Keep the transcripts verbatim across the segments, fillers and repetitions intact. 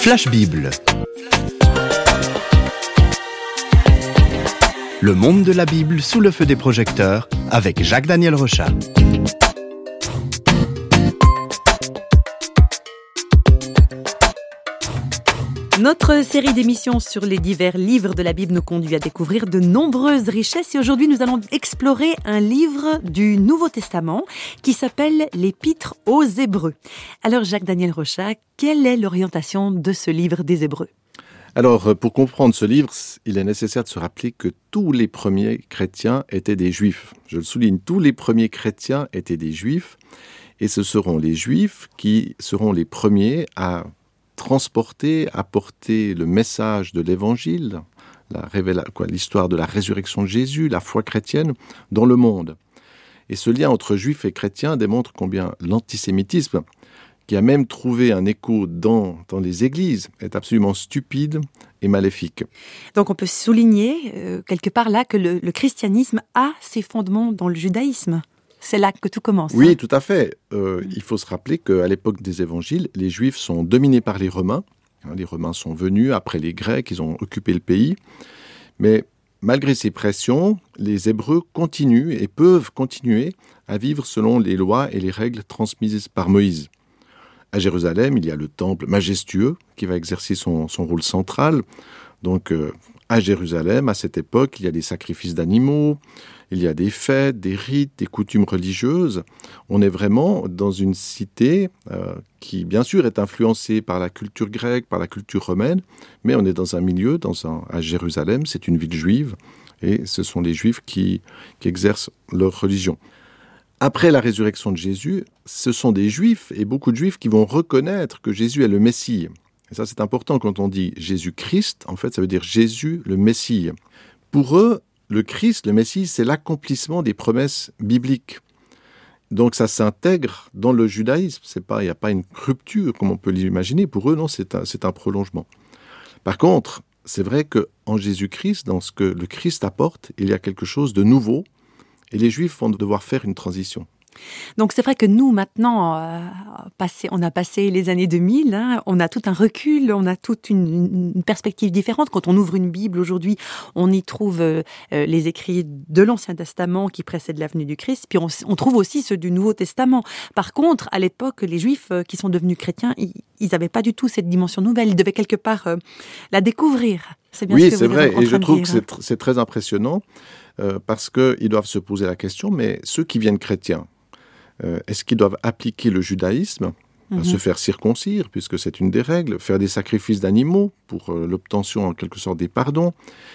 Flash Bible. Le monde de la Bible sous le feu des projecteurs avec Jacques-Daniel Rochat. Notre série d'émissions sur les divers livres de la Bible nous conduit à découvrir de nombreuses richesses et aujourd'hui nous allons explorer un livre du Nouveau Testament qui s'appelle l'Épître aux Hébreux. Alors Jacques-Daniel Rochat, quelle est l'orientation de ce livre des Hébreux ? Alors, pour comprendre ce livre, il est nécessaire de se rappeler que tous les premiers chrétiens étaient des juifs. Je le souligne, tous les premiers chrétiens étaient des juifs et ce seront les juifs qui seront les premiers à transporter, apporter le message de l'évangile, la révéla- quoi, l'histoire de la résurrection de Jésus, la foi chrétienne dans le monde. Et ce lien entre juifs et chrétiens démontre combien l'antisémitisme, qui a même trouvé un écho dans, dans les églises, est absolument stupide et maléfique. Donc on peut souligner euh, quelque part là que le, le christianisme a ses fondements dans le judaïsme. C'est là que tout commence. Oui, hein. tout à fait. Euh, il faut se rappeler qu'à l'époque des évangiles, les Juifs sont dominés par les Romains. Les Romains sont venus après les Grecs, ils ont occupé le pays. Mais malgré ces pressions, les Hébreux continuent et peuvent continuer à vivre selon les lois et les règles transmises par Moïse. À Jérusalem, il y a le temple majestueux qui va exercer son, son rôle central. Donc, euh, à Jérusalem, à cette époque, il y a des sacrifices d'animaux, il y a des fêtes, des rites, des coutumes religieuses. On est vraiment dans une cité euh, qui, bien sûr, est influencée par la culture grecque, par la culture romaine, mais on est dans un milieu, dans un, à Jérusalem, c'est une ville juive, et ce sont les Juifs qui, qui exercent leur religion. Après la résurrection de Jésus, ce sont des Juifs, et beaucoup de Juifs, qui vont reconnaître que Jésus est le Messie. Et ça, c'est important quand on dit Jésus-Christ, en fait, ça veut dire Jésus, le Messie. Pour eux, le Christ, le Messie, c'est l'accomplissement des promesses bibliques. Donc ça s'intègre dans le judaïsme. C'est pas, il n'y a pas une rupture, comme on peut l'imaginer. Pour eux, non, c'est un, c'est un prolongement. Par contre, c'est vrai qu'en Jésus-Christ, dans ce que le Christ apporte, il y a quelque chose de nouveau, et les Juifs vont devoir faire une transition. Donc c'est vrai que nous maintenant, euh, passé, on a passé les années deux mille, hein, on a tout un recul, on a toute une, une perspective différente. Quand on ouvre une Bible aujourd'hui, on y trouve euh, les écrits de l'Ancien Testament qui précèdent la venue du Christ, puis on, on trouve aussi ceux du Nouveau Testament. Par contre, à l'époque, les Juifs euh, qui sont devenus chrétiens, ils n'avaient pas du tout cette dimension nouvelle, ils devaient quelque part euh, la découvrir. C'est bien oui, ce que c'est vous vrai, êtes en et train je de trouve dire. que c'est, tr- c'est très impressionnant euh, parce qu'ils doivent se poser la question, mais ceux qui viennent chrétiens, Euh, est-ce qu'ils doivent appliquer le judaïsme, mm-hmm. se faire circoncire, puisque c'est une des règles, faire des sacrifices d'animaux pour euh, l'obtention en quelque sorte des pardons,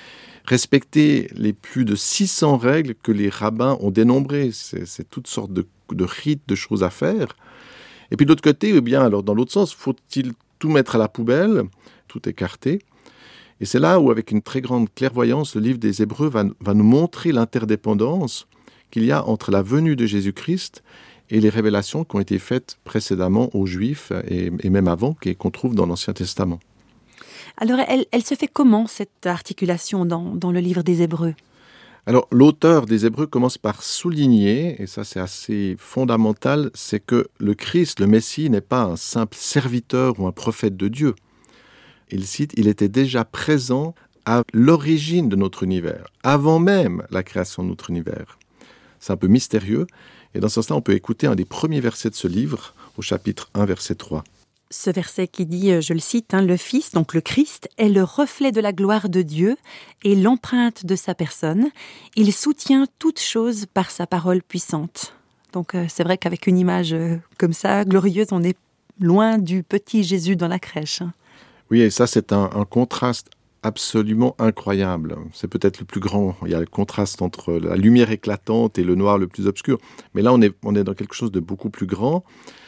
respecter les plus de six cents règles que les rabbins ont dénombrées, c'est, c'est toutes sortes de, de rites, de choses à faire. Et puis de l'autre côté, eh bien, alors dans l'autre sens, faut-il tout mettre à la poubelle, tout écarter? Et c'est là où, avec une très grande clairvoyance, le livre des Hébreux va, va nous montrer l'interdépendance qu'il y a entre la venue de Jésus-Christ et les révélations qui ont été faites précédemment aux Juifs et, et même avant, qu'on trouve dans l'Ancien Testament. Alors, elle, elle se fait comment, cette articulation dans, dans le livre des Hébreux ? Alors, l'auteur des Hébreux commence par souligner, et ça c'est assez fondamental, c'est que le Christ, le Messie, n'est pas un simple serviteur ou un prophète de Dieu. Il cite, il était déjà présent à l'origine de notre univers, avant même la création de notre univers. C'est un peu mystérieux, et dans ce sens-là, on peut écouter un des premiers versets de ce livre, au chapitre un, verset trois. Ce verset qui dit, je le cite, hein, « Le Fils, donc le Christ, est le reflet de la gloire de Dieu et l'empreinte de sa personne. Il soutient toutes choses par sa parole puissante. » Donc euh, c'est vrai qu'avec une image euh, comme ça, glorieuse, on est loin du petit Jésus dans la crèche. Hein. Oui, et ça, c'est un, un contraste absolument incroyable. C'est peut-être le plus grand. Il y a le contraste entre la lumière éclatante et le noir le plus obscur. Mais là, on est, on est dans quelque chose de beaucoup plus grand.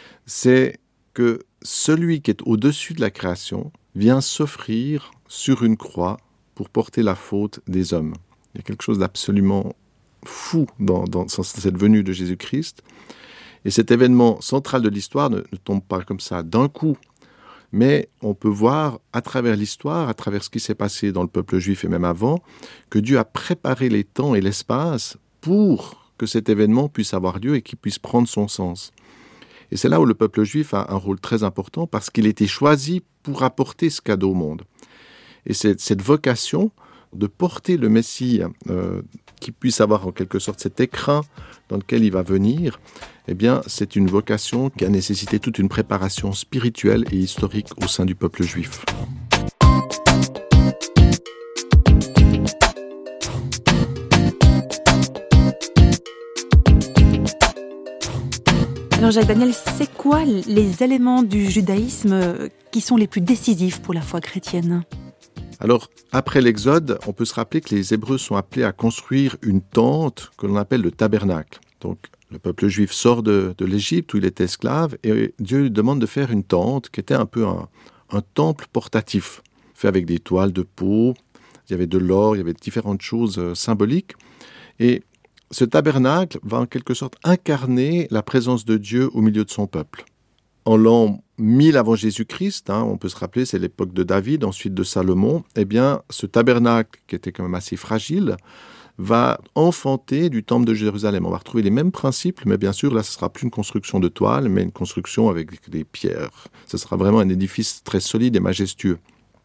C'est que celui qui est au-dessus de la création vient s'offrir sur une croix pour porter la faute des hommes. Il y a quelque chose d'absolument fou dans, dans cette venue de Jésus-Christ. Et cet événement central de l'histoire ne, ne tombe pas comme ça d'un coup. Mais on peut voir à travers l'histoire, à travers ce qui s'est passé dans le peuple juif et même avant, que Dieu a préparé les temps et l'espace pour que cet événement puisse avoir lieu et qu'il puisse prendre son sens. Et c'est là où le peuple juif a un rôle très important, parce qu'il a été choisi pour apporter ce cadeau au monde. Et c'est cette vocation de porter le Messie, euh, qui puisse avoir en quelque sorte cet écrin dans lequel il va venir, eh bien, c'est une vocation qui a nécessité toute une préparation spirituelle et historique au sein du peuple juif. Alors Jacques Daniel, c'est quoi les éléments du judaïsme qui sont les plus décisifs pour la foi chrétienne ? Alors, après l'Exode, on peut se rappeler que les Hébreux sont appelés à construire une tente que l'on appelle le tabernacle. Donc, le peuple juif sort de, de l'Égypte où il était esclave et Dieu lui demande de faire une tente qui était un peu un, un temple portatif, fait avec des toiles de peau, il y avait de l'or, il y avait différentes choses euh, symboliques. Et ce tabernacle va en quelque sorte incarner la présence de Dieu au milieu de son peuple. En l'an mille avant Jésus-Christ, hein, on peut se rappeler, c'est l'époque de David, ensuite de Salomon, eh bien, ce tabernacle, qui était quand même assez fragile, va enfanter du temple de Jérusalem. On va retrouver les mêmes principes, mais bien sûr, là, ce ne sera plus une construction de toile, mais une construction avec des pierres. Ce sera vraiment un édifice très solide et majestueux,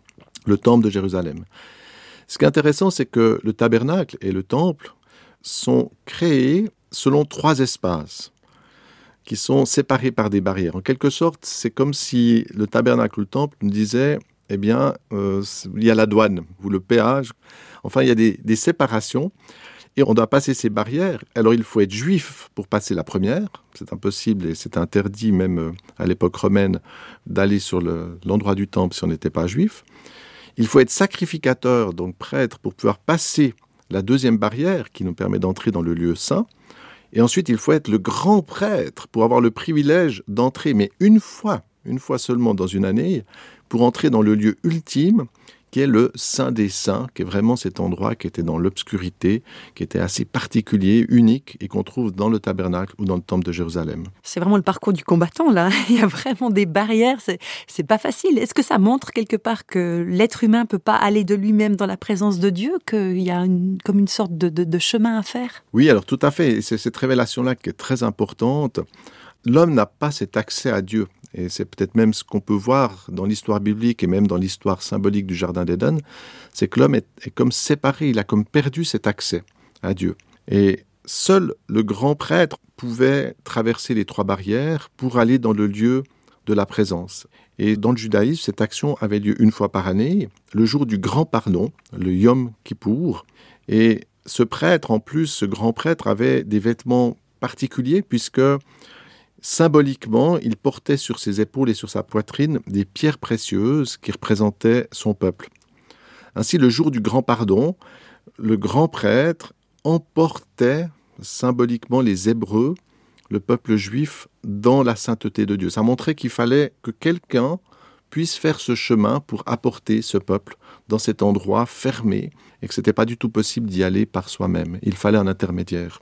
le temple de Jérusalem. Ce qui est intéressant, c'est que le tabernacle et le temple sont créés selon trois espaces qui sont séparés par des barrières. En quelque sorte, c'est comme si le tabernacle ou le temple nous disait, eh bien, euh, il y a la douane ou le péage. Enfin, il y a des, des séparations et on doit passer ces barrières. Alors, il faut être juif pour passer la première. C'est impossible et c'est interdit même euh, à l'époque romaine d'aller sur le, l'endroit du temple si on n'était pas juif. Il faut être sacrificateur, donc prêtre, pour pouvoir passer la deuxième barrière qui nous permet d'entrer dans le lieu saint. Et ensuite, il faut être le grand prêtre pour avoir le privilège d'entrer, mais une fois, une fois seulement dans une année, pour entrer dans le lieu ultime, qui est le Saint des Saints, qui est vraiment cet endroit qui était dans l'obscurité, qui était assez particulier, unique, et qu'on trouve dans le tabernacle ou dans le temple de Jérusalem. C'est vraiment le parcours du combattant, là. Il y a vraiment des barrières, c'est, c'est pas facile. Est-ce que ça montre quelque part que l'être humain peut pas aller de lui-même dans la présence de Dieu, qu'il y a une, comme une sorte de, de, de chemin à faire ? Oui, alors tout à fait. Et c'est cette révélation-là qui est très importante. L'homme n'a pas cet accès à Dieu. Et c'est peut-être même ce qu'on peut voir dans l'histoire biblique et même dans l'histoire symbolique du Jardin d'Éden, c'est que l'homme est, est comme séparé, il a comme perdu cet accès à Dieu. Et seul le grand prêtre pouvait traverser les trois barrières pour aller dans le lieu de la présence. Et dans le judaïsme, cette action avait lieu une fois par année, le jour du grand pardon, le Yom Kippour. Et ce prêtre, en plus, ce grand prêtre avait des vêtements particuliers puisque symboliquement, il portait sur ses épaules et sur sa poitrine des pierres précieuses qui représentaient son peuple. Ainsi, le jour du grand pardon, le grand prêtre emportait symboliquement les Hébreux, le peuple juif, dans la sainteté de Dieu. Ça montrait qu'il fallait que quelqu'un puisse faire ce chemin pour apporter ce peuple dans cet endroit fermé et que ce n'était pas du tout possible d'y aller par soi-même. Il fallait un intermédiaire.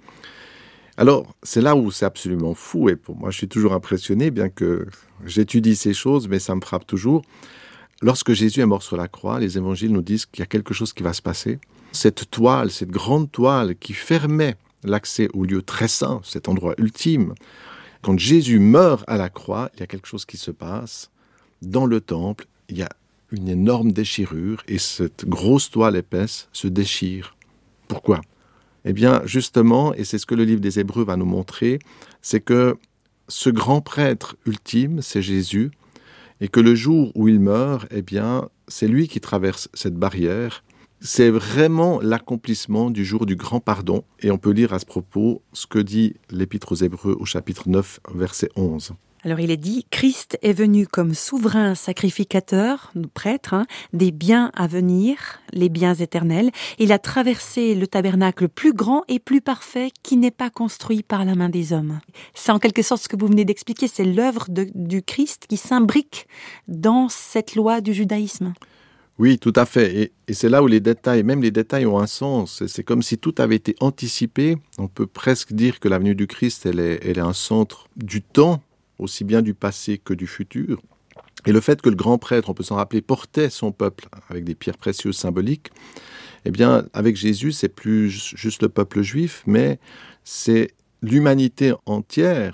Alors, c'est là où c'est absolument fou, et pour moi, je suis toujours impressionné, bien que j'étudie ces choses, mais ça me frappe toujours. Lorsque Jésus est mort sur la croix, les évangiles nous disent qu'il y a quelque chose qui va se passer. Cette toile, cette grande toile qui fermait l'accès au lieu très saint, cet endroit ultime, quand Jésus meurt à la croix, il y a quelque chose qui se passe. Dans le temple, il y a une énorme déchirure, et cette grosse toile épaisse se déchire. Pourquoi ? Eh bien, justement, et c'est ce que le livre des Hébreux va nous montrer, c'est que ce grand prêtre ultime, c'est Jésus, et que le jour où il meurt, eh bien, c'est lui qui traverse cette barrière. C'est vraiment l'accomplissement du jour du grand pardon. Et on peut lire à ce propos ce que dit l'Épître aux Hébreux au chapitre neuf, verset onze. Alors il est dit, Christ est venu comme souverain sacrificateur, nous prêtres, hein, des biens à venir, les biens éternels. Il a traversé le tabernacle plus grand et plus parfait qui n'est pas construit par la main des hommes. C'est en quelque sorte ce que vous venez d'expliquer, c'est l'œuvre de, du Christ qui s'imbrique dans cette loi du judaïsme. Oui, tout à fait. Et, et c'est là où les détails, même les détails ont un sens. C'est comme si tout avait été anticipé. On peut presque dire que la venue du Christ, elle est, elle est un centre du temps, aussi bien du passé que du futur. Et le fait que le grand prêtre, on peut s'en rappeler, portait son peuple avec des pierres précieuses symboliques, eh bien, avec Jésus, c'est plus juste le peuple juif, mais c'est l'humanité entière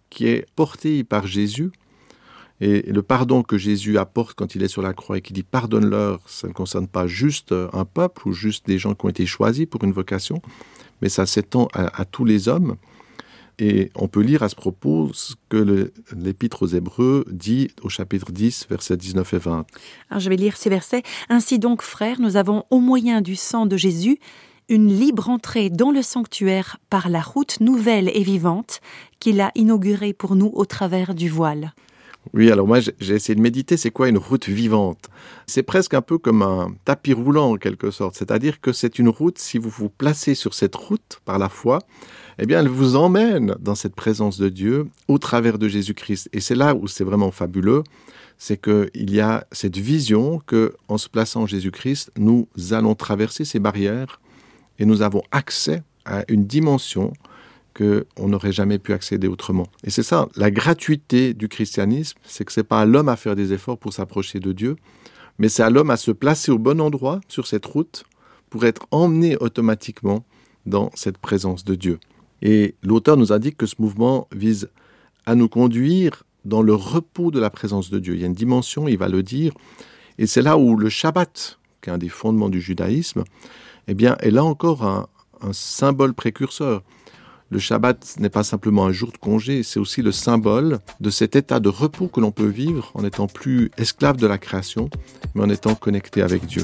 qui est portée par Jésus. Et le pardon que Jésus apporte quand il est sur la croix et qu'il dit « pardonne-leur », ça ne concerne pas juste un peuple ou juste des gens qui ont été choisis pour une vocation, mais ça s'étend à, à tous les hommes. Et on peut lire à ce propos ce que le, l'Épître aux Hébreux dit au chapitre dix, versets dix-neuf et vingt. Alors je vais lire ces versets. « Ainsi donc, frères, nous avons au moyen du sang de Jésus une libre entrée dans le sanctuaire par la route nouvelle et vivante qu'il a inaugurée pour nous au travers du voile. » Oui, alors moi j'ai essayé de méditer, c'est quoi une route vivante ? C'est presque un peu comme un tapis roulant en quelque sorte, c'est-à-dire que c'est une route, si vous vous placez sur cette route par la foi, eh bien elle vous emmène dans cette présence de Dieu au travers de Jésus-Christ. Et c'est là où c'est vraiment fabuleux, c'est qu'il y a cette vision qu'en se plaçant en Jésus-Christ, nous allons traverser ces barrières et nous avons accès à une dimension qu'on n'aurait jamais pu accéder autrement. Et c'est ça, la gratuité du christianisme, c'est que ce n'est pas à l'homme à faire des efforts pour s'approcher de Dieu, mais c'est à l'homme à se placer au bon endroit sur cette route pour être emmené automatiquement dans cette présence de Dieu. Et l'auteur nous indique que ce mouvement vise à nous conduire dans le repos de la présence de Dieu. Il y a une dimension, il va le dire, et c'est là où le Shabbat, qui est un des fondements du judaïsme, eh bien, est là encore un, un symbole précurseur. Le Shabbat n'est pas simplement un jour de congé, c'est aussi le symbole de cet état de repos que l'on peut vivre en n'étant plus esclave de la création, mais en étant connecté avec Dieu.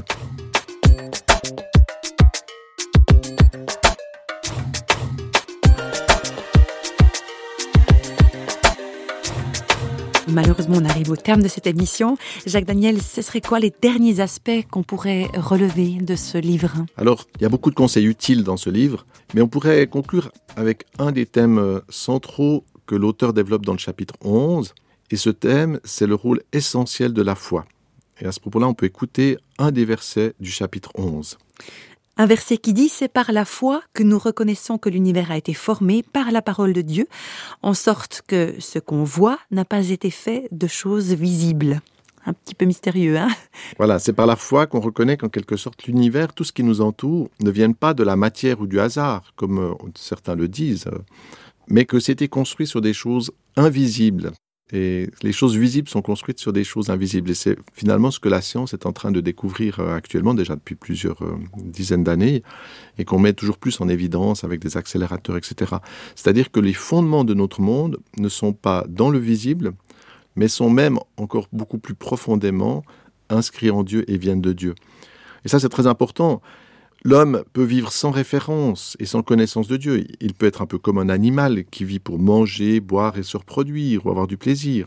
Malheureusement, on arrive au terme de cette émission. Jacques Daniel, ce serait quoi les derniers aspects qu'on pourrait relever de ce livre ? Alors, il y a beaucoup de conseils utiles dans ce livre, mais on pourrait conclure avec un des thèmes centraux que l'auteur développe dans le chapitre onze. Et ce thème, c'est le rôle essentiel de la foi. Et à ce propos-là, on peut écouter un des versets du chapitre onze. Un verset qui dit « C'est par la foi que nous reconnaissons que l'univers a été formé par la parole de Dieu, en sorte que ce qu'on voit n'a pas été fait de choses visibles. » Un petit peu mystérieux, hein ? Voilà, c'est par la foi qu'on reconnaît qu'en quelque sorte l'univers, tout ce qui nous entoure, ne viennent pas de la matière ou du hasard, comme euh, certains le disent, euh, mais que c'était construit sur des choses invisibles. Et les choses visibles sont construites sur des choses invisibles. Et c'est finalement ce que la science est en train de découvrir actuellement, déjà depuis plusieurs euh, dizaines d'années, et qu'on met toujours plus en évidence avec des accélérateurs, et cetera. C'est-à-dire que les fondements de notre monde ne sont pas dans le visible, mais sont même encore beaucoup plus profondément inscrits en Dieu et viennent de Dieu. Et ça, c'est très important. L'homme peut vivre sans référence et sans connaissance de Dieu. Il peut être un peu comme un animal qui vit pour manger, boire et se reproduire ou avoir du plaisir.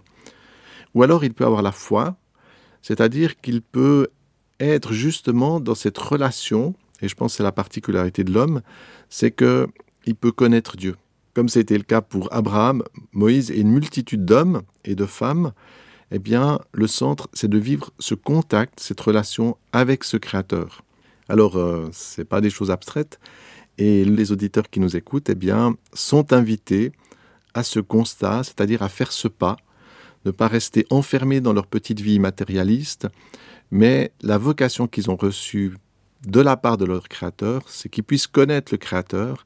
Ou alors il peut avoir la foi, c'est-à-dire qu'il peut être justement dans cette relation, et je pense que c'est la particularité de l'homme, c'est qu'il peut connaître Dieu. Comme c'était le cas pour Abraham, Moïse et une multitude d'hommes et de femmes, eh bien, le centre, c'est de vivre ce contact, cette relation avec ce Créateur. Alors, euh, ce n'est pas des choses abstraites, et les auditeurs qui nous écoutent, eh bien, sont invités à ce constat, c'est-à-dire à faire ce pas, ne pas rester enfermés dans leur petite vie matérialiste, mais la vocation qu'ils ont reçue de la part de leur Créateur, c'est qu'ils puissent connaître le Créateur,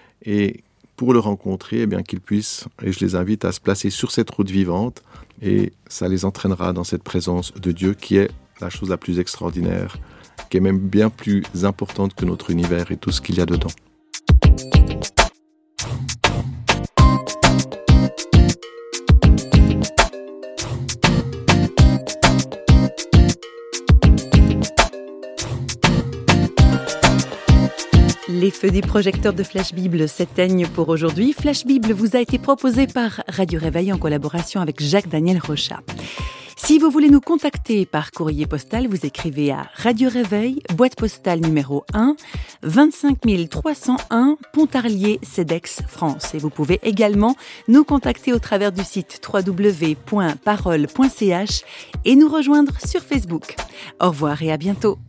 et pour le rencontrer, eh bien, qu'ils puissent, et je les invite à se placer sur cette route vivante, et ça les entraînera dans cette présence de Dieu qui est la chose la plus extraordinaire, qui est même bien plus importante que notre univers et tout ce qu'il y a dedans. Les feux des projecteurs de Flash Bible s'éteignent pour aujourd'hui. Flash Bible vous a été proposé par Radio Réveil en collaboration avec Jacques Daniel Rochat. Si vous voulez nous contacter par courrier postal, vous écrivez à Radio Réveil, boîte postale numéro un, vingt-cinq mille trois cent un, Pontarlier, Cedex, France. Et vous pouvez également nous contacter au travers du site w w w point parole point c h et nous rejoindre sur Facebook. Au revoir et à bientôt.